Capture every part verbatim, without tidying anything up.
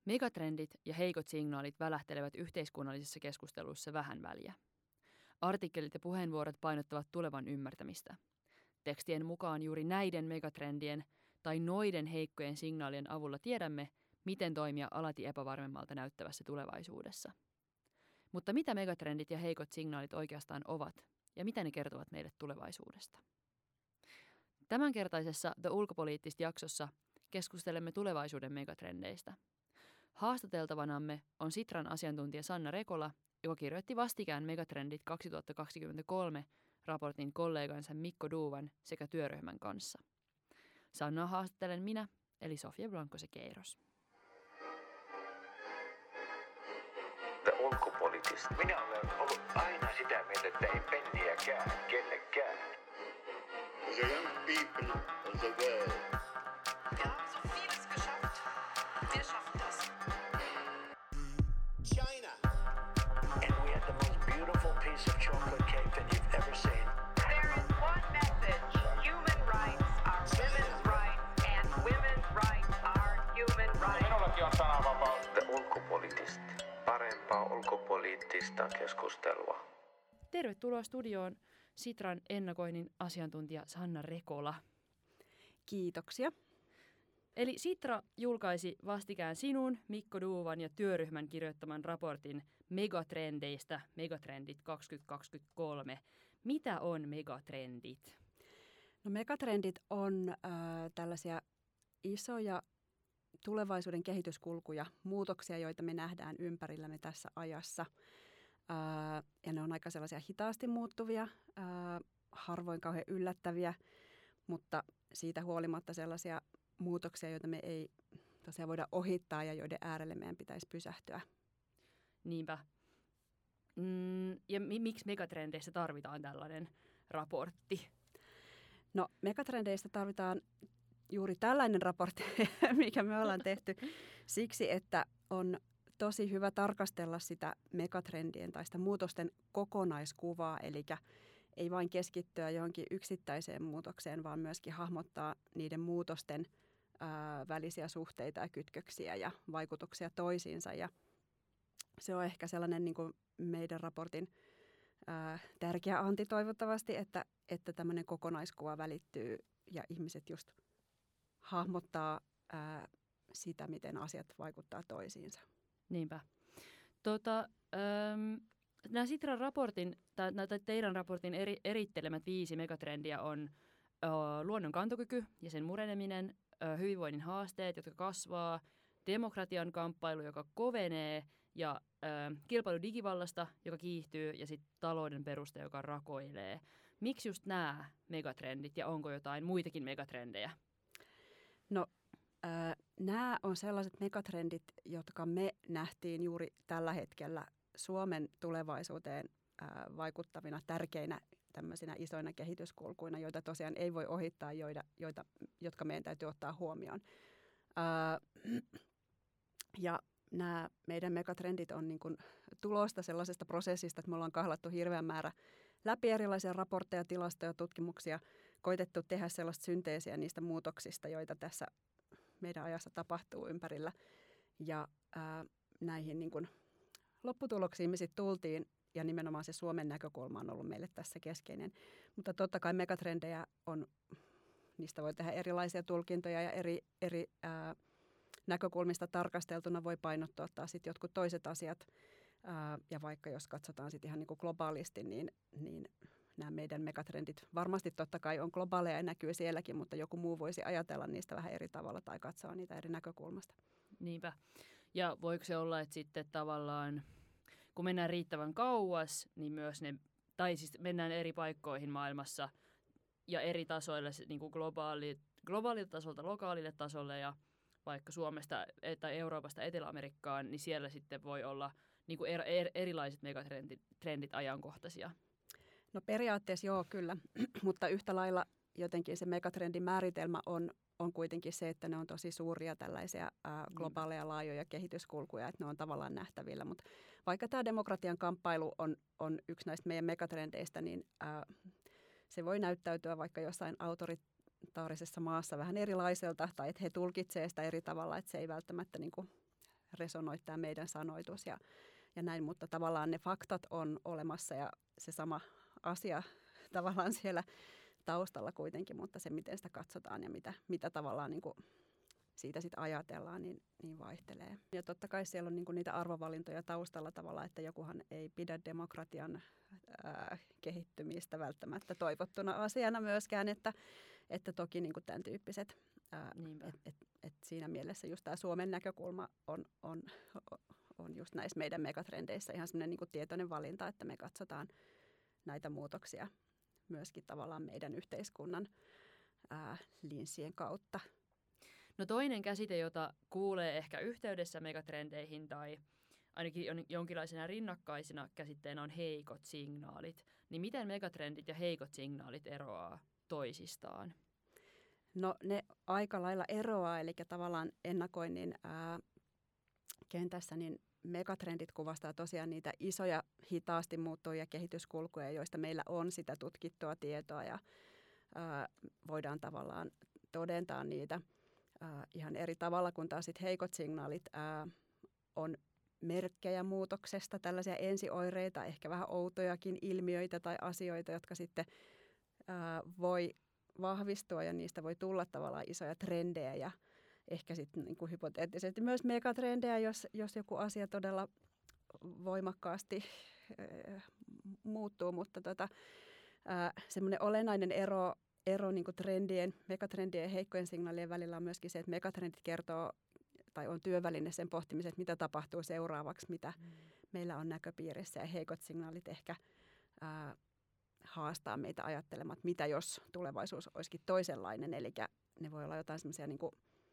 Megatrendit ja heikot signaalit välähtelevät yhteiskunnallisessa keskustelussa vähän väliä. Artikkelit ja puheenvuorot painottavat tulevan ymmärtämistä. Tekstien mukaan juuri näiden megatrendien tai noiden heikkojen signaalien avulla tiedämme, miten toimia alati epävarmemmalta näyttävässä tulevaisuudessa. Mutta mitä megatrendit ja heikot signaalit oikeastaan ovat ja mitä ne kertovat meille tulevaisuudesta? Tämänkertaisessa The Ulkopoliittista jaksossa keskustelemme tulevaisuuden megatrendeistä. Haastateltavanamme on Sitran asiantuntija Sanna Rekola, joka kirjoitti vastikään Megatrendit kaksituhattakaksikymmentäkolme raportin kollegansa Mikko Duuvan sekä työryhmän kanssa. Sannaa haastattelen minä, eli Sofia Blanco-Sekeiros. Ulkopoliittista. Minä olen ollut aina sitä mieltä, että ei penniäkään kellekään. The young people of the world. Wir haben so vieles geschafft. Wir schaffen das. China. And we had the most beautiful piece of chocolate cake that you've ever seen. There is one message. Human rights are women's rights and women's rights are human rights. Minullakin on sananvapaus. The Ulkopoliittista. Parempaa ulkopoliittista keskustelua. Tervetuloa studioon Sitran ennakoinnin asiantuntija Sanna Rekola. Kiitoksia. Eli Sitra julkaisi vastikään sinun, Mikko Duuvan ja työryhmän kirjoittaman raportin megatrendeistä, Megatrendit kaksituhattakaksikymmentäkolme. Mitä on megatrendit? No megatrendit on äh, tällaisia isoja tulevaisuuden kehityskulkuja, muutoksia, joita me nähdään ympärillämme tässä ajassa. Ää, ja ne on aika sellaisia hitaasti muuttuvia, ää, harvoin kauhean yllättäviä, mutta siitä huolimatta sellaisia muutoksia, joita me ei tosiaan voida ohittaa ja joiden äärelle meidän pitäisi pysähtyä. Niinpä. Mm, ja mi- miksi megatrendeistä tarvitaan tällainen raportti? No megatrendeistä tarvitaan juuri tällainen raportti, mikä me ollaan tehty siksi, että on tosi hyvä tarkastella sitä megatrendien tai sitä muutosten kokonaiskuvaa, eli ei vain keskittyä johonkin yksittäiseen muutokseen, vaan myöskin hahmottaa niiden muutosten ää, välisiä suhteita ja kytköksiä ja vaikutuksia toisiinsa. Ja se on ehkä sellainen niin kuin meidän raportin ää, tärkeä anti toivottavasti, että, että tämmöinen kokonaiskuva välittyy ja ihmiset just hahmottaa ää, sitä, miten asiat vaikuttaa toisiinsa. Niinpä. Tota, ähm, nämä Sitran raportin, tai, tai teidän raportin eri, erittelemät viisi megatrendiä on äh, luonnon kantokyky ja sen mureneminen, äh, hyvinvoinnin haasteet, jotka kasvaa, demokratian kamppailu, joka kovenee, ja äh, kilpailu digivallasta, joka kiihtyy, ja sitten talouden perusta, joka rakoilee. Miksi just nämä megatrendit, ja onko jotain muitakin megatrendejä? No, äh, nämä on sellaiset megatrendit, jotka me nähtiin juuri tällä hetkellä Suomen tulevaisuuteen äh, vaikuttavina tärkeinä tämmöisinä isoina kehityskulkuina, joita tosiaan ei voi ohittaa, joita, joita, jotka meidän täytyy ottaa huomioon. Äh, ja nämä meidän megatrendit on niin kuin tulosta sellaisesta prosessista, että me ollaan kahlattu hirveän määrä läpi erilaisia raportteja, tilastoja, tutkimuksia, koitettu tehdä sellaista synteesiä niistä muutoksista, joita tässä meidän ajassa tapahtuu ympärillä. Ja ää, näihin niin kuin lopputuloksiin me sitten tultiin, ja nimenomaan se Suomen näkökulma on ollut meille tässä keskeinen. Mutta totta kai megatrendejä on, niistä voi tehdä erilaisia tulkintoja ja eri, eri ää, näkökulmista tarkasteltuna voi painottua taas sitten jotkut toiset asiat. Ää, ja vaikka jos katsotaan sitten ihan niin kuin globaalisti, niin, niin nämä meidän megatrendit varmasti totta kai on globaaleja ja näkyy sielläkin, mutta joku muu voisi ajatella niistä vähän eri tavalla tai katsoa niitä eri näkökulmasta. Niinpä. Ja voiko se olla, että sitten tavallaan, kun mennään riittävän kauas, niin myös ne, tai siis mennään eri paikkoihin maailmassa ja eri tasoille, niin kuin globaali, globaalilta tasolta lokaalille tasolle ja vaikka Suomesta tai Euroopasta Etelä-Amerikkaan, niin siellä sitten voi olla niin kuin er, er, erilaiset megatrendit trendit ajankohtaisia. No periaatteessa joo, kyllä, mutta yhtä lailla jotenkin se megatrendin määritelmä on, on kuitenkin se, että ne on tosi suuria tällaisia ää, globaaleja laajoja kehityskulkuja, että ne on tavallaan nähtävillä. Mutta vaikka tämä demokratian kamppailu on, on yksi näistä meidän megatrendeistä, niin ää, se voi näyttäytyä vaikka jossain autoritaarisessa maassa vähän erilaiselta, tai että he tulkitsevat sitä eri tavalla, että se ei välttämättä niin kuin resonoi tämä meidän sanoitus ja, ja näin, mutta tavallaan ne faktat on olemassa ja se sama asia tavallaan siellä taustalla kuitenkin, mutta se miten sitä katsotaan ja mitä, mitä tavallaan niin kuin siitä sitten ajatellaan, niin, niin vaihtelee. Ja totta kai siellä on niin kuin niitä arvovalintoja taustalla tavalla, että jokuhan ei pidä demokratian ää, kehittymistä välttämättä toivottuna asiana myöskään, että, että toki niin kuin tämän tyyppiset, että et, et siinä mielessä just tämä Suomen näkökulma on, on, on just näissä meidän megatrendeissä ihan semmoinen niin kuin tietoinen valinta, että me katsotaan näitä muutoksia myöskin tavallaan meidän yhteiskunnan ää, linssien kautta. No toinen käsite, jota kuulee ehkä yhteydessä megatrendeihin tai ainakin jonkinlaisena rinnakkaisena käsitteenä on heikot signaalit. Niin miten megatrendit ja heikot signaalit eroaa toisistaan? No ne aika lailla eroaa, eli tavallaan ennakoinnin ää, kentässä niin megatrendit kuvastaa tosiaan niitä isoja hitaasti muuttuvia kehityskulkuja, joista meillä on sitä tutkittua tietoa ja ää, voidaan tavallaan todentaa niitä ää, ihan eri tavalla, kun taas sit heikot signaalit ää, on merkkejä muutoksesta, tällaisia ensioireita, ehkä vähän outojakin ilmiöitä tai asioita, jotka sitten ää, voi vahvistua ja niistä voi tulla tavallaan isoja trendejä ja ehkä sitten niin kuin hypoteettisesti myös megatrendejä, jos, jos joku asia todella voimakkaasti äh, muuttuu, mutta tota, äh, semmoinen olennainen ero, ero niin kuin trendien, megatrendien ja heikkojen signaalien välillä on myöskin se, että megatrendit kertoo tai on työväline sen pohtimiseen, että mitä tapahtuu seuraavaksi, mitä mm. meillä on näköpiirissä ja heikot signaalit ehkä äh, haastaa meitä ajattelemaan, mitä jos tulevaisuus olisikin toisenlainen, eli ne voi olla jotain semmoisia niin kuin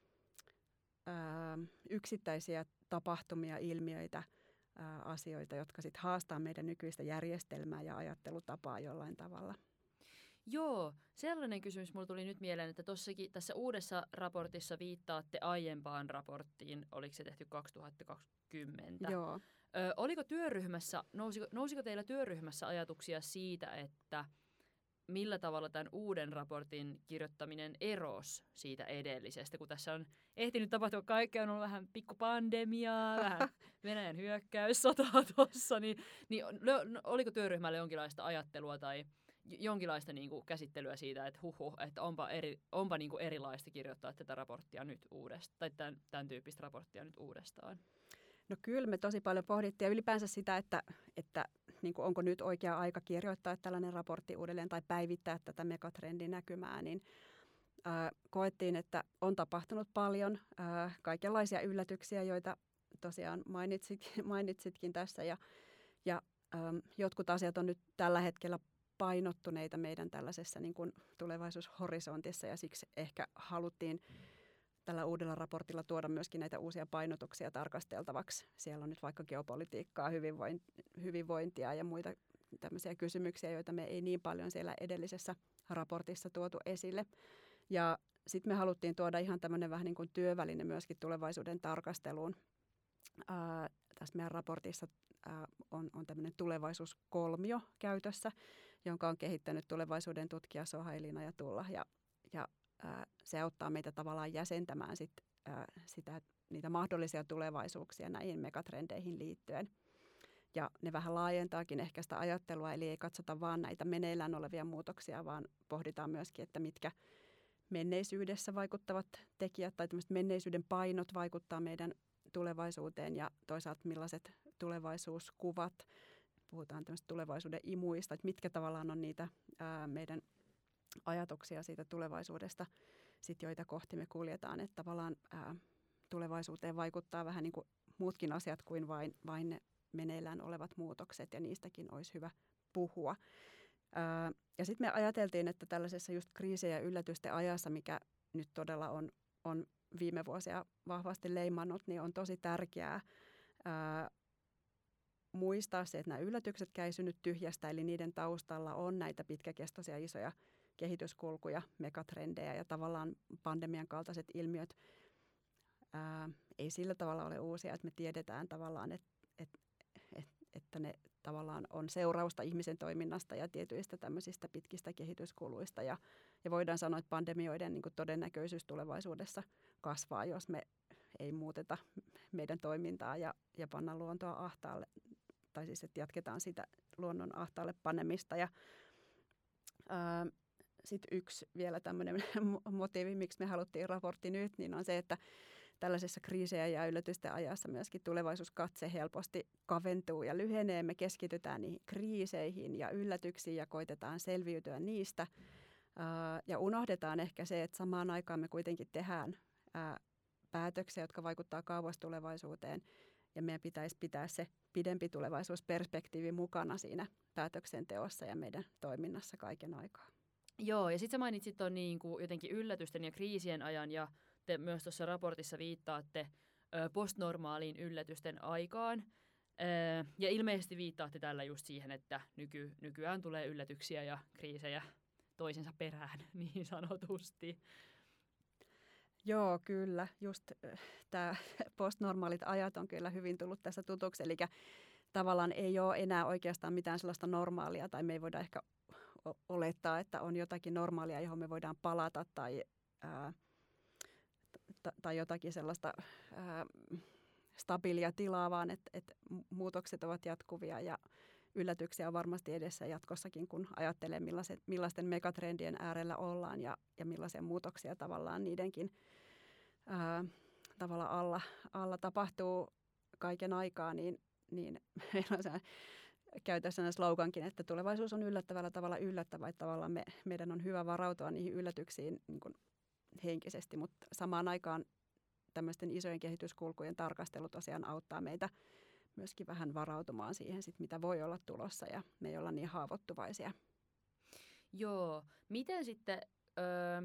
Ää, yksittäisiä tapahtumia, ilmiöitä, ää, asioita, jotka sitten haastaa meidän nykyistä järjestelmää ja ajattelutapaa jollain tavalla. Joo, sellainen kysymys mulle tuli nyt mieleen, että tossakin, tässä uudessa raportissa viittaatte aiempaan raporttiin, oliko se tehty kaksituhattakaksikymmentä? Joo. Ö, oliko työryhmässä, nousiko, nousiko teillä työryhmässä ajatuksia siitä, että millä tavalla tämän uuden raportin kirjoittaminen erosi siitä edellisestä, kun tässä on ehtinyt tapahtua kaikkea, on ollut vähän pikku pandemiaa, vähän Venäjän hyökkäyssotaa tuossa, niin, niin oliko työryhmällä jonkinlaista ajattelua tai jonkinlaista niin kuin käsittelyä siitä, että huhhuh, että onpa, eri, onpa niin kuin erilaista kirjoittaa tätä raporttia nyt uudestaan, tai tämän, tämän tyyppistä raporttia nyt uudestaan? No kyllä me tosi paljon pohdittiin ja ylipäänsä sitä, että, että niin kuin onko nyt oikea aika kirjoittaa tällainen raportti uudelleen tai päivittää tätä megatrendinäkymää, niin ää, koettiin, että on tapahtunut paljon ää, kaikenlaisia yllätyksiä, joita tosiaan mainitsit, mainitsitkin tässä ja, ja ää, jotkut asiat on nyt tällä hetkellä painottuneita meidän tällaisessa niin kuin tulevaisuushorisontissa ja siksi ehkä haluttiin tällä uudella raportilla tuoda myöskin näitä uusia painotuksia tarkasteltavaksi. Siellä on nyt vaikka geopolitiikkaa, hyvinvointia ja muita tämmöisiä kysymyksiä, joita me ei niin paljon siellä edellisessä raportissa tuotu esille. Ja sitten me haluttiin tuoda ihan tämmöinen vähän niin kuin työväline myöskin tulevaisuuden tarkasteluun. Ää, tässä meidän raportissa ää, on, on tämmöinen tulevaisuuskolmio käytössä, jonka on kehittänyt tulevaisuuden tutkija Sohailina ja Tulla. Ja, ja ää, se auttaa meitä tavallaan jäsentämään sit, ää, sitä, niitä mahdollisia tulevaisuuksia näihin megatrendeihin liittyen. Ja ne vähän laajentaakin ehkä sitä ajattelua, eli ei katsota vaan näitä meneillään olevia muutoksia, vaan pohditaan myöskin, että mitkä menneisyydessä vaikuttavat tekijät tai tämmöiset menneisyyden painot vaikuttaa meidän tulevaisuuteen ja toisaalta millaiset tulevaisuuskuvat, puhutaan tämmöistä tulevaisuuden imuista, että mitkä tavallaan on niitä ää, meidän ajatuksia siitä tulevaisuudesta, sit joita kohti me kuljetaan, että tavallaan ää, tulevaisuuteen vaikuttaa vähän niin kuin muutkin asiat kuin vain, vain ne meneillään olevat muutokset ja niistäkin olisi hyvä puhua. Ää, ja sitten me ajateltiin, että tällaisessa just kriisien ja yllätysten ajassa, mikä nyt todella on, on viime vuosia vahvasti leimannut, niin on tosi tärkeää ää, muistaa se, että nämä yllätykset käy synny tyhjästä, eli niiden taustalla on näitä pitkäkestoisia isoja kehityskulkuja, megatrendejä ja tavallaan pandemian kaltaiset ilmiöt ää, ei sillä tavalla ole uusia, että me tiedetään tavallaan, että, että, että ne tavallaan on seurausta ihmisen toiminnasta ja tietyistä tämmöisistä pitkistä kehityskuluista ja, ja voidaan sanoa, että pandemioiden niin kuin todennäköisyys tulevaisuudessa kasvaa, jos me ei muuteta meidän toimintaa ja, ja panna luontoa ahtaalle. Tai siis, että jatketaan sitä luonnon ahtaalle panemista. Ja sitten yksi vielä tämmöinen motiivi, miksi me haluttiin raportti nyt, niin on se, että tällaisessa kriisejä ja yllätysten ajassa myöskin tulevaisuuskatse helposti kaventuu ja lyhenee. Me keskitytään niihin kriiseihin ja yllätyksiin ja koitetaan selviytyä niistä. Ja unohdetaan ehkä se, että samaan aikaan me kuitenkin tehdään päätöksiä, jotka vaikuttaa kauas tulevaisuuteen. Ja meidän pitäisi pitää se pidempi tulevaisuusperspektiivi mukana siinä päätöksenteossa ja meidän toiminnassa kaiken aikaa. Joo, ja sitten sä mainitsit tuon niin kuin jotenkin yllätysten ja kriisien ajan, ja te myös tuossa raportissa viittaatte ö, postnormaaliin yllätysten aikaan. Ö, ja ilmeisesti viittaatte tällä just siihen, että nyky, nykyään tulee yllätyksiä ja kriisejä toisensa perään, niin sanotusti. Joo, kyllä. Just tämä postnormaalit ajat on kyllä hyvin tullut tässä tutuksi. Eli tavallaan ei ole enää oikeastaan mitään sellaista normaalia, tai me ei voida ehkä olettaa, että on jotakin normaalia, johon me voidaan palata, tai, ää, t- tai jotakin sellaista ää, stabiilia tilaa, vaan että et muutokset ovat jatkuvia ja yllätyksiä on varmasti edessä jatkossakin, kun ajattelee millaiset, millaisten megatrendien äärellä ollaan ja, ja millaisia muutoksia tavallaan niidenkin ää, tavalla alla, alla tapahtuu kaiken aikaa, niin, niin meillä on se käytössä slogankin, että tulevaisuus on yllättävällä tavalla yllättävä, että tavallaan me, meidän on hyvä varautua niihin yllätyksiin niin kuin henkisesti, mutta samaan aikaan tämmöisten isojen kehityskulkujen tarkastelu tosiaan auttaa meitä myöskin vähän varautumaan siihen, sit, mitä voi olla tulossa, ja me ei olla niin haavoittuvaisia. Joo. Miten sitten, öö,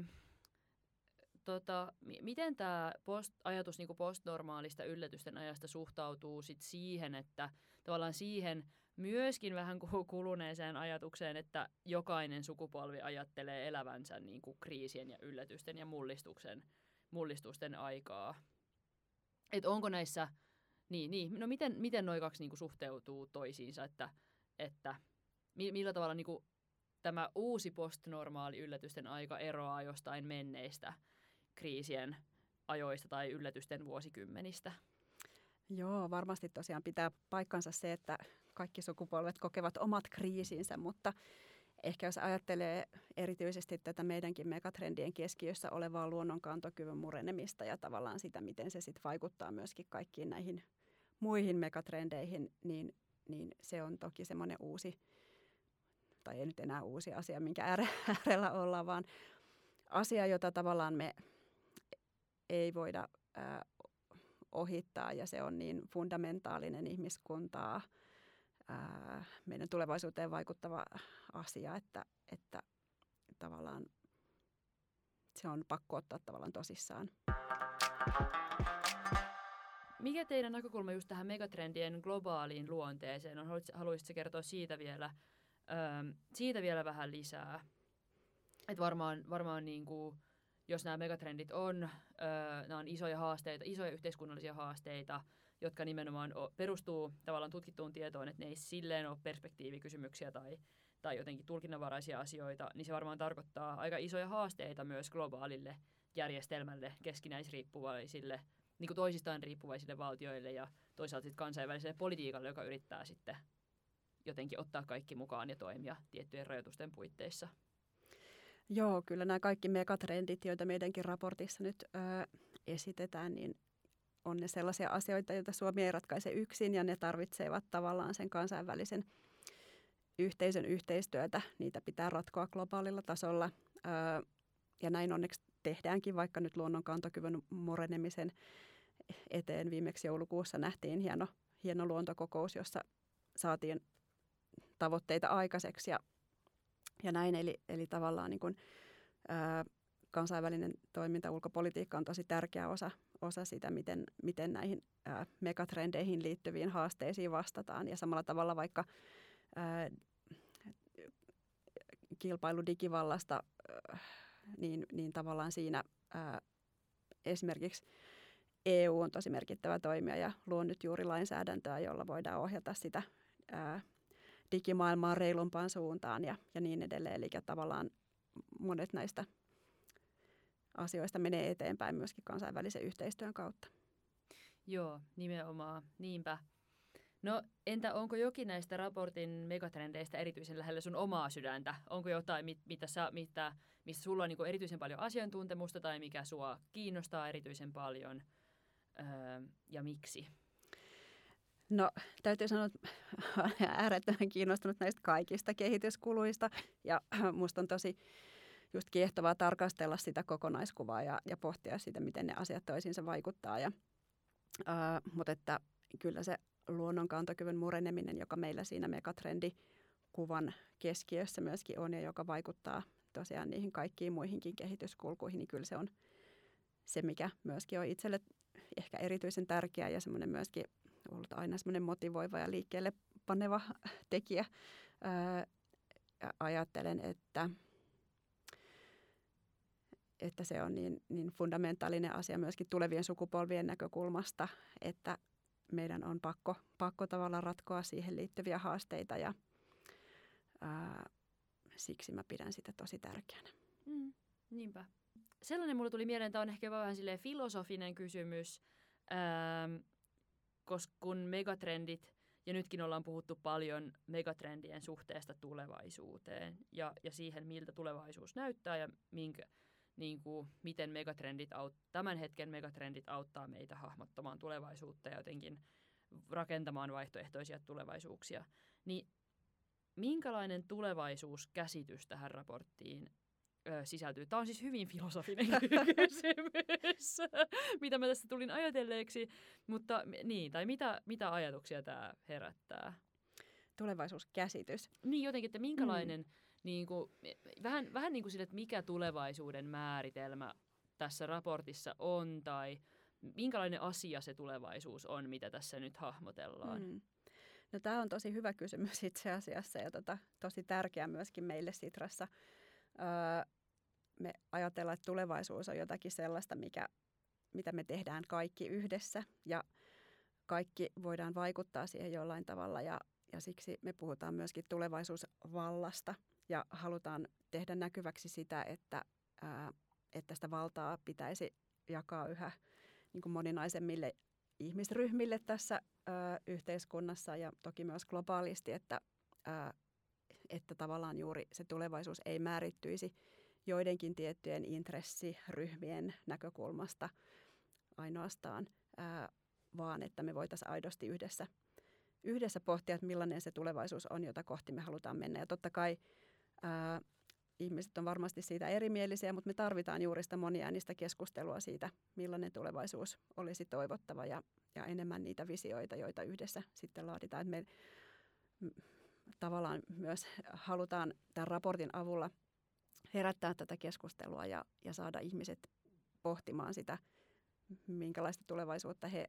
tota, m- miten tämä post, ajatus niinku postnormaalista yllätysten ajasta suhtautuu sit siihen, että tavallaan siihen myöskin vähän kuluneeseen ajatukseen, että jokainen sukupolvi ajattelee elävänsä niinku kriisien ja yllätysten ja mullistuksen, mullistusten aikaa. Et onko näissä... Niin, niin. No miten, miten noi kaksi niinku suhteutuu toisiinsa, että, että millä tavalla niinku tämä uusi postnormaali yllätysten aika eroaa jostain menneistä kriisien ajoista tai yllätysten vuosikymmenistä? Joo, varmasti tosiaan pitää paikkansa se, että kaikki sukupolvet kokevat omat kriisinsä, mutta ehkä jos ajattelee erityisesti tätä meidänkin megatrendien keskiössä olevaa luonnon kantokyvyn murenemista ja tavallaan sitä, miten se sitten vaikuttaa myöskin kaikkiin näihin muihin megatrendeihin, niin, niin se on toki semmoinen uusi, tai ei nyt enää uusi asia, minkä äärellä ollaan, vaan asia, jota tavallaan me ei voida ää, ohittaa, ja se on niin fundamentaalinen ihmiskuntaa, ää, meidän tulevaisuuteen vaikuttava asia, että, että tavallaan se on pakko ottaa tavallaan tosissaan. Mikä teidän näkökulma just tähän megatrendien globaaliin luonteeseen on? Haluaisitko kertoa siitä vielä, öö, siitä vielä vähän lisää? Et varmaan, varmaan niin kuin, jos nämä megatrendit on, öö, nämä on isoja haasteita, isoja yhteiskunnallisia haasteita, jotka nimenomaan o, perustuu tavallaan tutkittuun tietoon, että ne ei silleen ole perspektiivikysymyksiä tai, tai jotenkin tulkinnanvaraisia asioita, niin se varmaan tarkoittaa aika isoja haasteita myös globaalille järjestelmälle, keskinäisriippuvaisille, niin kuin toisistaan riippuvaisille valtioille ja toisaalta sitten kansainväliselle politiikalle, joka yrittää sitten jotenkin ottaa kaikki mukaan ja toimia tiettyjen rajoitusten puitteissa. Joo, kyllä nämä kaikki megatrendit, joita meidänkin raportissa nyt ö, esitetään, niin on ne sellaisia asioita, joita Suomi ei ratkaise yksin, ja ne tarvitsevat tavallaan sen kansainvälisen yhteisön yhteistyötä. Niitä pitää ratkoa globaalilla tasolla, ö, ja näin onneksi tehdäänkin, vaikka nyt luonnon kantokyvyn murenemisen eteen viimeksi joulukuussa nähtiin hieno, hieno luontokokous, jossa saatiin tavoitteita aikaiseksi ja, ja näin. Eli, eli tavallaan niin kuin, ää, kansainvälinen toiminta, ulkopolitiikka on tosi tärkeä osa, osa sitä, miten, miten näihin ää, megatrendeihin liittyviin haasteisiin vastataan. Ja samalla tavalla vaikka ää, kilpailu digivallasta, ää, niin, niin tavallaan siinä ää, esimerkiksi E U on tosi merkittävä toimija ja luo nyt juuri lainsäädäntöä, jolla voidaan ohjata sitä ää, digimaailmaa reilumpaan suuntaan ja, ja niin edelleen. Eli tavallaan monet näistä asioista menee eteenpäin myöskin kansainvälisen yhteistyön kautta. Joo, nimenomaan. Niinpä. No entä onko jokin näistä raportin megatrendeistä erityisen lähellä sun omaa sydäntä? Onko jotain, mit, mitä sä, mitä, mistä sulla on niin kuin erityisen paljon asiantuntemusta tai mikä sua kiinnostaa erityisen paljon öö, ja miksi? No täytyy sanoa, että olen äärettömän kiinnostunut näistä kaikista kehityskuluista ja musta on tosi just kiehtovaa tarkastella sitä kokonaiskuvaa ja, ja pohtia sitä, miten ne asiat toisiinsa vaikuttaa. Ja, ää, mutta että kyllä se luonnon kantokyvyn mureneminen, joka meillä siinä megatrendikuvan keskiössä myöskin on ja joka vaikuttaa tosiaan niihin kaikkiin muihinkin kehityskulkuihin, niin kyllä se on se, mikä myöskin on itselle ehkä erityisen tärkeä ja semmoinen myöskin ollut aina semmoinen motivoiva ja liikkeelle paneva tekijä. Ää, ajattelen, että, että se on niin, niin fundamentaalinen asia myöskin tulevien sukupolvien näkökulmasta, että meidän on pakko, pakko tavallaan ratkoa siihen liittyviä haasteita ja ää, siksi mä pidän sitä tosi tärkeänä. Mm, niinpä. Sellainen mulle tuli mieleen, että on ehkä vähän silleen filosofinen kysymys, ähm, koska kun megatrendit, ja nytkin ollaan puhuttu paljon megatrendien suhteesta tulevaisuuteen ja, ja siihen, miltä tulevaisuus näyttää ja minkä, niin kuin, miten megatrendit aut, tämän hetken megatrendit auttaa meitä hahmottamaan tulevaisuutta ja jotenkin rakentamaan vaihtoehtoisia tulevaisuuksia. Niin minkälainen tulevaisuuskäsitys tähän raporttiin ö, sisältyy? Tämä on siis hyvin filosofinen kysymys, mitä mä tästä tulin ajatelleeksi, mutta niin, tai mitä, mitä ajatuksia tämä herättää? Tulevaisuuskäsitys. Niin jotenkin, että minkälainen, mm. niin kuin, vähän, vähän niin kuin sille, että mikä tulevaisuuden määritelmä tässä raportissa on, tai minkälainen asia se tulevaisuus on, mitä tässä nyt hahmotellaan? Mm. No tämä on tosi hyvä kysymys itse asiassa ja tota, tosi tärkeä myöskin meille Sitrassa. Öö, me ajatellaan, että tulevaisuus on jotakin sellaista, mikä, mitä me tehdään kaikki yhdessä ja kaikki voidaan vaikuttaa siihen jollain tavalla ja, ja siksi me puhutaan myöskin tulevaisuusvallasta ja halutaan tehdä näkyväksi sitä, että, ää, että sitä valtaa pitäisi jakaa yhä niin kuin moninaisemmille ihmisryhmille tässä ö, yhteiskunnassa ja toki myös globaalisti, että, ö, että tavallaan juuri se tulevaisuus ei määrittyisi joidenkin tiettyjen intressiryhmien näkökulmasta ainoastaan, ö, vaan että me voitaisiin aidosti yhdessä, yhdessä pohtia, että millainen se tulevaisuus on, jota kohti me halutaan mennä. Ja totta kai ö, ihmiset on varmasti siitä erimielisiä, mutta me tarvitaan juuri sitä moniäänistä keskustelua siitä, millainen tulevaisuus olisi toivottava ja, ja enemmän niitä visioita, joita yhdessä sitten laaditaan. Me tavallaan myös halutaan tämän raportin avulla herättää tätä keskustelua ja, ja saada ihmiset pohtimaan sitä, minkälaista tulevaisuutta he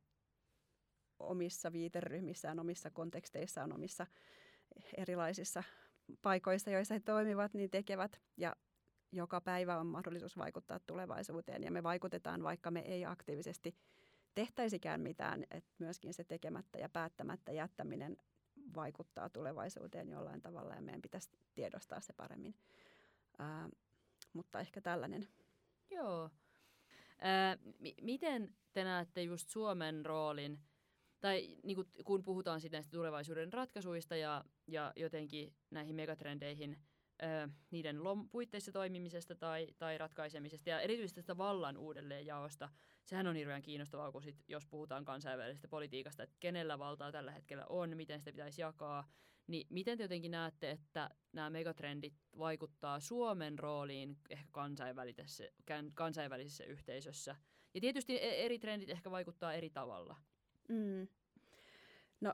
omissa viiteryhmissään, omissa konteksteissaan, omissa erilaisissa paikoissa, joissa he toimivat, niin tekevät ja joka päivä on mahdollisuus vaikuttaa tulevaisuuteen ja me vaikutetaan, vaikka me ei aktiivisesti tehtäisikään mitään, että myöskin se tekemättä ja päättämättä jättäminen vaikuttaa tulevaisuuteen jollain tavalla ja meidän pitäisi tiedostaa se paremmin. Ää, mutta ehkä tällainen. Joo. Ää, m- miten te näette just Suomen roolin, tai niin kun, kun puhutaan sitten näistä tulevaisuuden ratkaisuista ja, ja jotenkin näihin megatrendeihin, ö, niiden lom, puitteissa toimimisesta tai, tai ratkaisemisesta ja erityisesti tästä vallan uudelleenjaosta. Sehän on hirveän kiinnostavaa, kun sit, jos puhutaan kansainvälisestä politiikasta, että kenellä valtaa tällä hetkellä on, miten sitä pitäisi jakaa. Niin miten te jotenkin näette, että nämä megatrendit vaikuttaa Suomen rooliin ehkä kansainvälisessä, kansainvälisessä yhteisössä? Ja tietysti eri trendit ehkä vaikuttaa eri tavalla. Mm. No,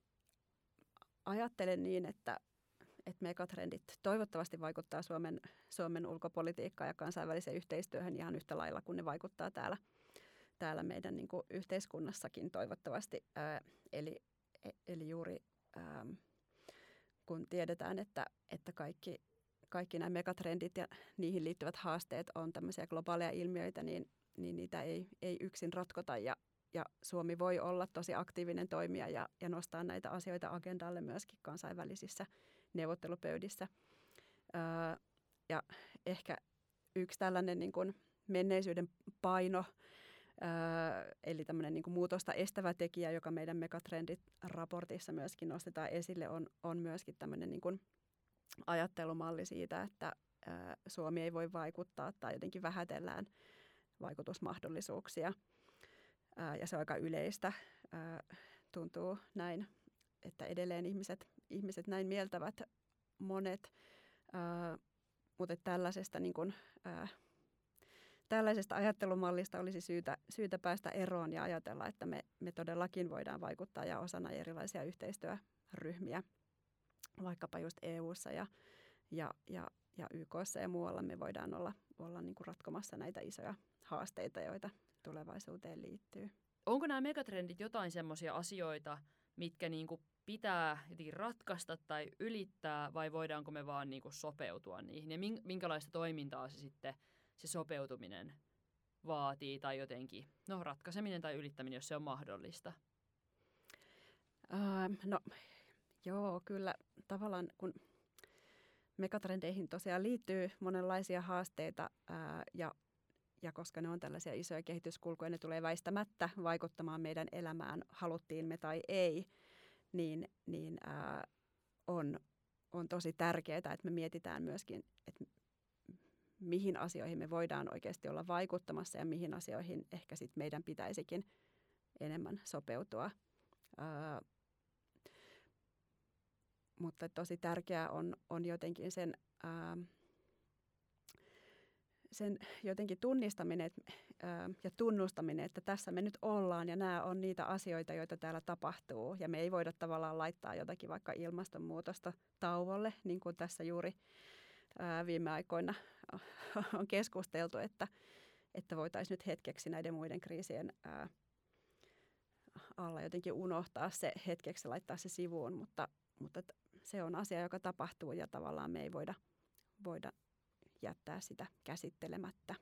ajattelen niin, että, että megatrendit toivottavasti vaikuttaa Suomen, Suomen ulkopolitiikkaan ja kansainväliseen yhteistyöhön ihan yhtä lailla, kun ne vaikuttaa täällä, täällä meidän niin kuin yhteiskunnassakin toivottavasti. Ää, eli, eli juuri ää, kun tiedetään, että, että kaikki, kaikki nämä megatrendit ja niihin liittyvät haasteet on tämmöisiä globaaleja ilmiöitä, niin, niin niitä ei, ei yksin ratkota ja Ja Suomi voi olla tosi aktiivinen toimija ja, ja nostaa näitä asioita agendalle myöskin kansainvälisissä neuvottelupöydissä. Öö, ja ehkä yksi tällainen niin kuin menneisyyden paino Öö, eli tämmöinen niin kuin muutosta estävä tekijä, joka meidän megatrendit-raportissa myöskin nostetaan esille, on, on myöskin tämmöinen niin kuin ajattelumalli siitä, että öö, Suomi ei voi vaikuttaa tai jotenkin vähätellään vaikutusmahdollisuuksia. Öö, ja se on aika yleistä. Öö, tuntuu näin, että edelleen ihmiset, ihmiset näin mieltävät monet, öö, mutta tällaisesta niin kuin, öö, Tällaisesta ajattelumallista olisi syytä, syytä päästä eroon ja ajatella, että me, me todellakin voidaan vaikuttaa ja osana erilaisia yhteistyöryhmiä, vaikkapa just E U:ssa ja, ja, ja, ja Y K:ssa ja muualla me voidaan olla, olla niin kuin ratkomassa näitä isoja haasteita, joita tulevaisuuteen liittyy. Onko nämä megatrendit jotain semmoisia asioita, mitkä niinku pitää jotenkin ratkaista tai ylittää, vai voidaanko me vaan niinku sopeutua niihin? Ja minkälaista toimintaa se sitten se sopeutuminen vaatii tai jotenkin, no ratkaiseminen tai ylittäminen, jos se on mahdollista? Öö, no joo, kyllä tavallaan kun megatrendeihin tosiaan liittyy monenlaisia haasteita ää, ja, ja koska ne on tällaisia isoja kehityskulkuja, ne tulee väistämättä vaikuttamaan meidän elämään, haluttiin me tai ei, niin, niin ää, on, on tosi tärkeää, että me mietitään myöskin, että mihin asioihin me voidaan oikeasti olla vaikuttamassa ja mihin asioihin ehkä sit meidän pitäisikin enemmän sopeutua. Ää, mutta tosi tärkeää on, on jotenkin sen, ää, sen jotenkin tunnistaminen et, ää, ja tunnustaminen, että tässä me nyt ollaan ja nämä on niitä asioita, joita täällä tapahtuu. Ja me ei voida tavallaan laittaa jotakin vaikka ilmastonmuutosta tauolle, niin kuin tässä juuri ää, viime aikoina on keskusteltu, että, että voitaisiin nyt hetkeksi näiden muiden kriisien ää, alla jotenkin unohtaa se hetkeksi, laittaa se sivuun, mutta, mutta se on asia, joka tapahtuu ja tavallaan me ei voida, voida jättää sitä käsittelemättä.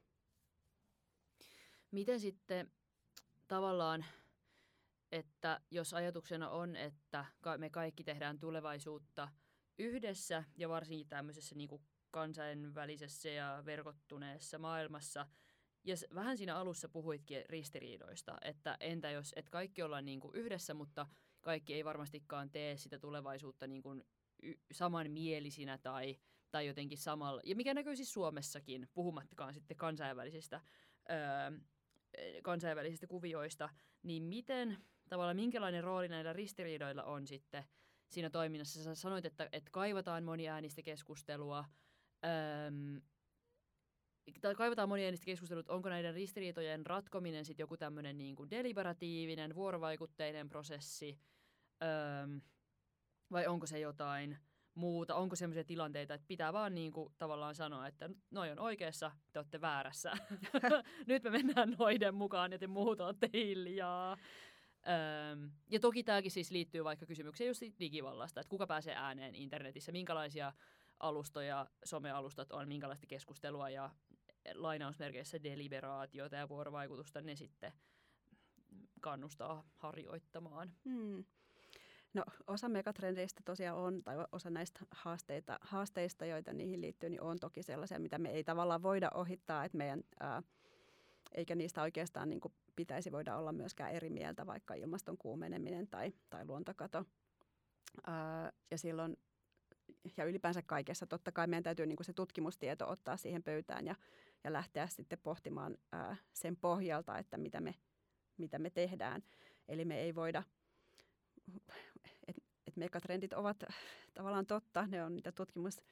Miten sitten tavallaan, että jos ajatuksena on, että me kaikki tehdään tulevaisuutta yhdessä ja varsinkin tämmöisessä niin kuin kansainvälisessä ja verkottuneessa maailmassa. Ja vähän siinä alussa puhuitkin ristiriidoista, että entä jos et kaikki ollaan niin kuin yhdessä, mutta kaikki ei varmastikaan tee sitä tulevaisuutta niin kuin y- samanmielisinä tai, tai jotenkin samalla. Ja mikä näkyy siis Suomessakin, puhumattakaan sitten kansainvälisistä, öö, kansainvälisistä kuvioista, niin miten, tavallaan minkälainen rooli näillä ristiriidoilla on sitten siinä toiminnassa? Sä sanoit, että, että kaivataan moniäänistä keskustelua, Öm, kaivataan moniäänistä keskustelua, onko näiden ristiriitojen ratkominen sitten joku tämmöinen niin kuin deliberatiivinen, vuorovaikutteinen prosessi, öm, vai onko se jotain muuta, onko sellaisia tilanteita, että pitää vaan niin kuin tavallaan sanoa, että noi on oikeassa, te olette väärässä. Nyt me mennään noiden mukaan ja te muut olette hiljaa. Öm, ja toki tämäkin siis liittyy vaikka kysymykseen just digivallasta, että kuka pääsee ääneen internetissä, minkälaisia alustoja, somealustat on, minkälaista keskustelua ja lainausmerkeissä deliberaatiota ja vuorovaikutusta ne sitten kannustaa harjoittamaan. Hmm. No osa megatrendeistä tosiaan on, tai osa näistä haasteita, haasteista, joita niihin liittyy, niin on toki sellaisia, mitä me ei tavallaan voida ohittaa, että meidän, ää, eikä niistä oikeastaan niin kuin pitäisi voida olla myöskään eri mieltä, vaikka ilmaston kuumeneminen tai, tai luontokato. Ää, ja silloin ja ylipäänsä kaikessa totta kai meidän täytyy niin kuin se tutkimustieto ottaa siihen pöytään ja, ja lähteä sitten pohtimaan ää, sen pohjalta, että mitä me, mitä me tehdään. Eli me ei voida, että et megatrendit ovat tavallaan totta, ne on niitä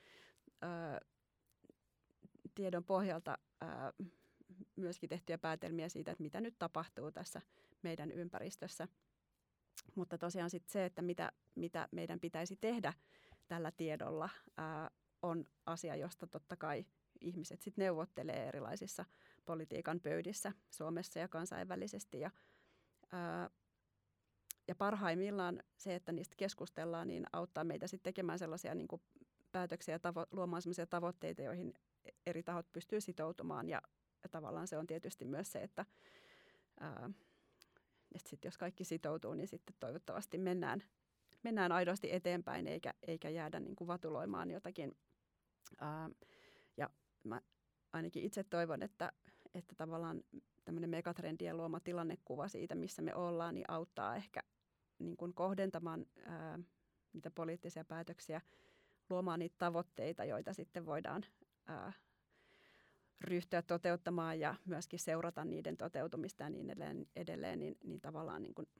tutkimustiedon pohjalta ää, myöskin tehtyjä päätelmiä siitä, että mitä nyt tapahtuu tässä meidän ympäristössä. Mutta tosiaan sitten se, että mitä, mitä meidän pitäisi tehdä tällä tiedolla, ää, on asia, josta totta kai ihmiset sit neuvottelee erilaisissa politiikan pöydissä Suomessa ja kansainvälisesti. Ja, ää, ja parhaimmillaan se, että niistä keskustellaan, niin auttaa meitä sitten tekemään sellaisia niin kuin päätöksiä ja tavo- luomaan sellaisia tavoitteita, joihin eri tahot pystyy sitoutumaan. Ja, ja tavallaan se on tietysti myös se, että ää, että sit jos kaikki sitoutuu, niin sitten toivottavasti mennään, mennään aidosti eteenpäin eikä, eikä jäädä niin kuin vatuloimaan jotakin. Ää, ja mä ainakin itse toivon, että, että tavallaan tämmöinen megatrendien luoma tilannekuva siitä, missä me ollaan, niin auttaa ehkä niin kuin kohdentamaan ää, niitä poliittisia päätöksiä, luomaan niitä tavoitteita, joita sitten voidaan ää, ryhtyä toteuttamaan ja myöskin seurata niiden toteutumista ja niin edelleen, edelleen niin, niin tavallaan niin kuin,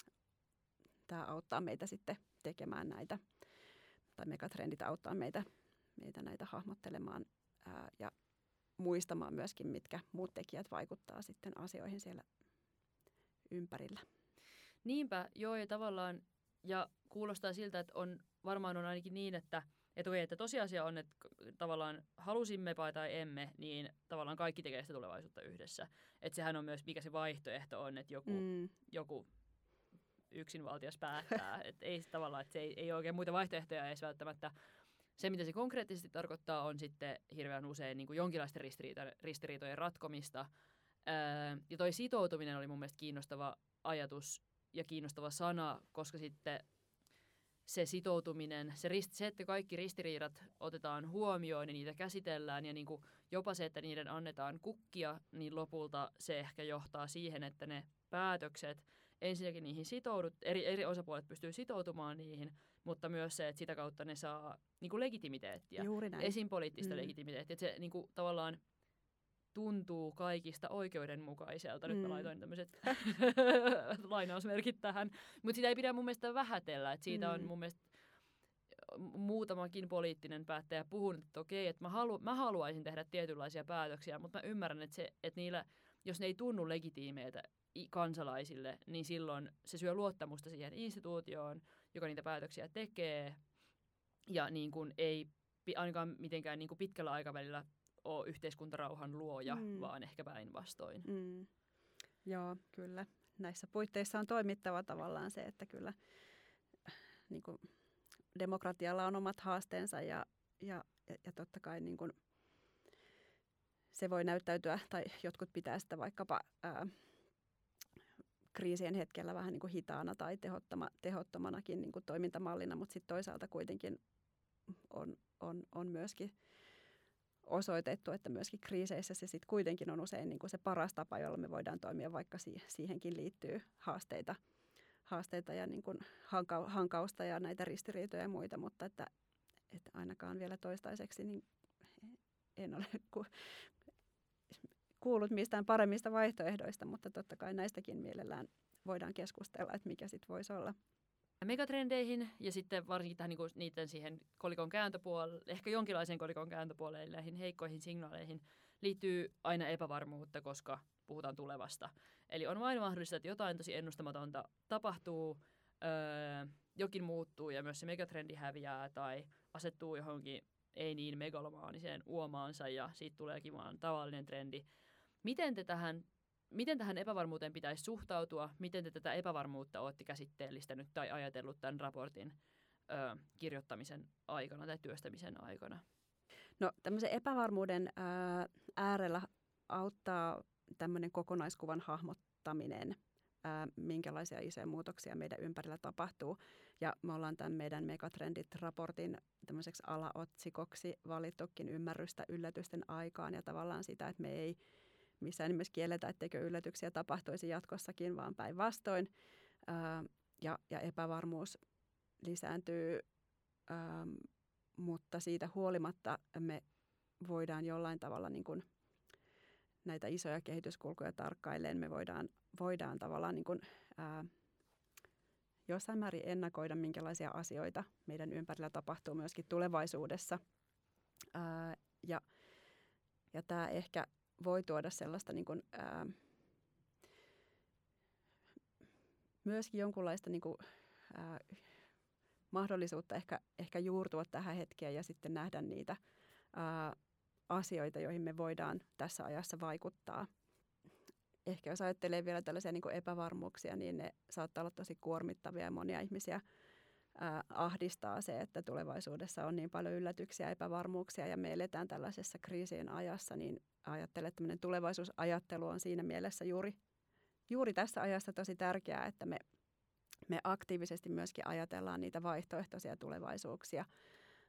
tämä auttaa meitä sitten tekemään näitä, tai megatrendit auttaa meitä, meitä näitä hahmottelemaan ää, ja muistamaan myöskin, mitkä muut tekijät vaikuttaa sitten asioihin siellä ympärillä. Niinpä, joo, ja tavallaan, ja kuulostaa siltä, että on, varmaan on ainakin niin, että että, että tosiasia on, että tavallaan halusimmepa tai emme, niin tavallaan kaikki tekee sitä tulevaisuutta yhdessä. Että sehän on myös, mikä se vaihtoehto on, että joku, mm. joku yksinvaltias päättää. Että ei tavallaan, että se ei, ei ole oikein muita vaihtoehtoja edes välttämättä. Se, mitä se konkreettisesti tarkoittaa, on sitten hirveän usein niin kuin jonkinlaisten ristiriito- ristiriitojen ratkomista. Ää, ja toi sitoutuminen oli mun mielestä kiinnostava ajatus ja kiinnostava sana, koska sitten se sitoutuminen, se, rist, se, että kaikki ristiriidat otetaan huomioon ja niitä käsitellään ja niin kuin jopa se, että niiden annetaan kukkia, niin lopulta se ehkä johtaa siihen, että ne päätökset, ensinnäkin niihin sitoudut, eri, eri osapuolet pystyy sitoutumaan niihin, mutta myös se, että sitä kautta ne saa niin kuin legitimiteettiä, esim. Poliittista mm. legitimiteettiä, että se niin kuin, tavallaan tuntuu kaikista oikeudenmukaiselta. Nyt mä Mm. laitoin tämmöiset lainausmerkit tähän. Mutta sitä ei pidä mun mielestä vähätellä. Et siitä mm. on mun mielestä muutamakin poliittinen päättäjä puhunut, että okei, että mä, halu, mä haluaisin tehdä tietynlaisia päätöksiä, mutta mä ymmärrän, että, se, että niillä, jos ne ei tunnu legitiimeitä kansalaisille, niin silloin se syö luottamusta siihen instituutioon, joka niitä päätöksiä tekee, ja niin kuin ei ainakaan mitenkään niin kuin pitkällä aikavälillä ole yhteiskuntarauhan luoja, mm. vaan ehkä päinvastoin. Mm. Joo, kyllä. Näissä puitteissa on toimittava tavallaan se, että kyllä niin kuin demokratialla on omat haasteensa ja, ja, ja totta kai niin kuin se voi näyttäytyä, tai jotkut pitää sitä vaikkapa ää, kriisien hetkellä vähän niin kuin hitaana tai tehottoma, tehottomanakin niin kuin toimintamallina, mutta sitten toisaalta kuitenkin on, on, on myöskin osoitettu, että myöskin kriiseissä se sitten kuitenkin on usein niin kuin se paras tapa, jolla me voidaan toimia, vaikka siihenkin liittyy haasteita, haasteita ja niin kuin hanka, hankausta ja näitä ristiriitoja ja muita, mutta että, että ainakaan vielä toistaiseksi niin en ole ku, kuullut mistään paremmista vaihtoehdoista, mutta totta kai näistäkin mielellään voidään keskustella, että mikä sitten voisi olla. Megatrendeihin ja sitten varsinkin tähän niinku niiden siihen kolikon kääntöpuolelle, ehkä jonkinlaiseen kolikon kääntöpuolelle, näihin heikkoihin signaaleihin liittyy aina epävarmuutta, koska puhutaan tulevasta. Eli on vain mahdollista, että jotain tosi ennustamatonta tapahtuu, öö, jokin muuttuu ja myös se megatrendi häviää tai asettuu johonkin ei niin megalomaaniseen uomaansa ja siitä tuleekin vaan tavallinen trendi. Miten te tähän Miten tähän epävarmuuteen pitäisi suhtautua? Miten te tätä epävarmuutta olette käsitteellistänyt tai ajatellut tämän raportin ö, kirjoittamisen aikana tai työstämisen aikana? No tämmöisen epävarmuuden ö, äärellä auttaa tämmöinen kokonaiskuvan hahmottaminen, ö, minkälaisia isoja muutoksia meidän ympärillä tapahtuu. Ja me ollaan tämän meidän Megatrendit-raportin tämmöiseksi alaotsikoksi valittukin ymmärrystä yllätysten aikaan ja tavallaan sitä, että me ei missään nimessä kielletä, etteikö yllätyksiä tapahtuisi jatkossakin, vaan päinvastoin. Ää, ja, ja epävarmuus lisääntyy, ää, mutta siitä huolimatta me voidaan jollain tavalla niin kuin näitä isoja kehityskulkuja tarkkailleen. Me voidaan, voidaan tavallaan niin kuin, ää, jossain määrin ennakoida, minkälaisia asioita meidän ympärillä tapahtuu myöskin tulevaisuudessa. Ää, ja, ja tämä ehkä voi tuoda sellaista niin kuin, ää, myöskin jonkunlaista niin kuin, ää, mahdollisuutta ehkä, ehkä juurtua tähän hetkeen ja sitten nähdä niitä ää, asioita, joihin me voidaan tässä ajassa vaikuttaa. Ehkä jos ajattelee vielä tällaisia niin kuin epävarmuuksia, niin ne saattaa olla tosi kuormittavia ja monia ihmisiä ää, ahdistaa se, että tulevaisuudessa on niin paljon yllätyksiä ja epävarmuuksia ja me eletään tällaisessa kriisien ajassa, niin ajattelen, että tämmöinen tulevaisuusajattelu on siinä mielessä juuri, juuri tässä ajassa tosi tärkeää, että me, me aktiivisesti myöskin ajatellaan niitä vaihtoehtoisia tulevaisuuksia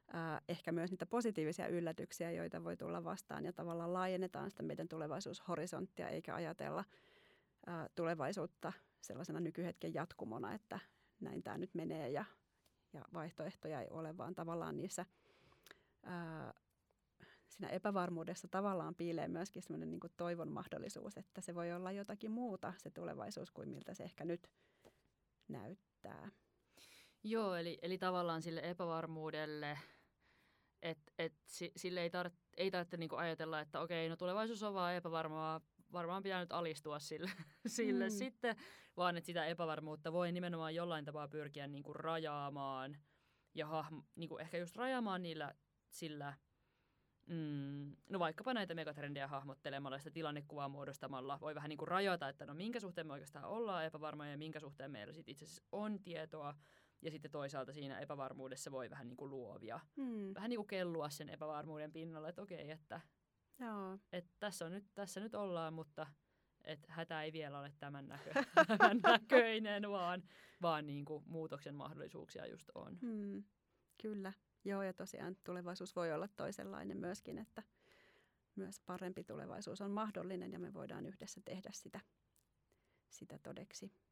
ää, ehkä myös niitä positiivisia yllätyksiä, joita voi tulla vastaan ja tavallaan laajennetaan sitä meidän tulevaisuushorisonttia eikä ajatella ää, tulevaisuutta sellaisena nykyhetken jatkumona, että näin tämä nyt menee ja, ja vaihtoehtoja ei ole, vaan tavallaan niissä ää, siinä epävarmuudessa tavallaan piilee myöskin semmoinen niin kuin toivon mahdollisuus, että se voi olla jotakin muuta se tulevaisuus kuin miltä se ehkä nyt näyttää. Joo, eli, eli tavallaan sille epävarmuudelle, että et sille ei, tar- ei tarvitse niinku ajatella, että okei, no tulevaisuus on vaan epävarmaa, varmaan pitää nyt alistua sille, sille mm. sitten, vaan että sitä epävarmuutta voi nimenomaan jollain tapaa pyrkiä niinku rajaamaan ja hahmo, niinku ehkä just rajaamaan niillä sillä, mm, no vaikkapa näitä megatrendejä hahmottelemalla, sitä tilannekuvaa muodostamalla voi vähän niinku rajata, että no minkä suhteen me oikeastaan ollaan epävarmoja ja minkä suhteen meillä sit itse asiassa on tietoa. Ja sitten toisaalta siinä epävarmuudessa voi vähän niin kuin luovia. Hmm. Vähän niin kuin kellua sen epävarmuuden pinnalla, että okei, että, Joo. että tässä, on nyt, tässä nyt ollaan, mutta että hätä ei vielä ole tämän, näkö, tämän näköinen, vaan, vaan niin kuin muutoksen mahdollisuuksia just on. Hmm. Kyllä. Joo, ja tosiaan tulevaisuus voi olla toisenlainen myöskin, että myös parempi tulevaisuus on mahdollinen ja me voidaan yhdessä tehdä sitä, sitä todeksi.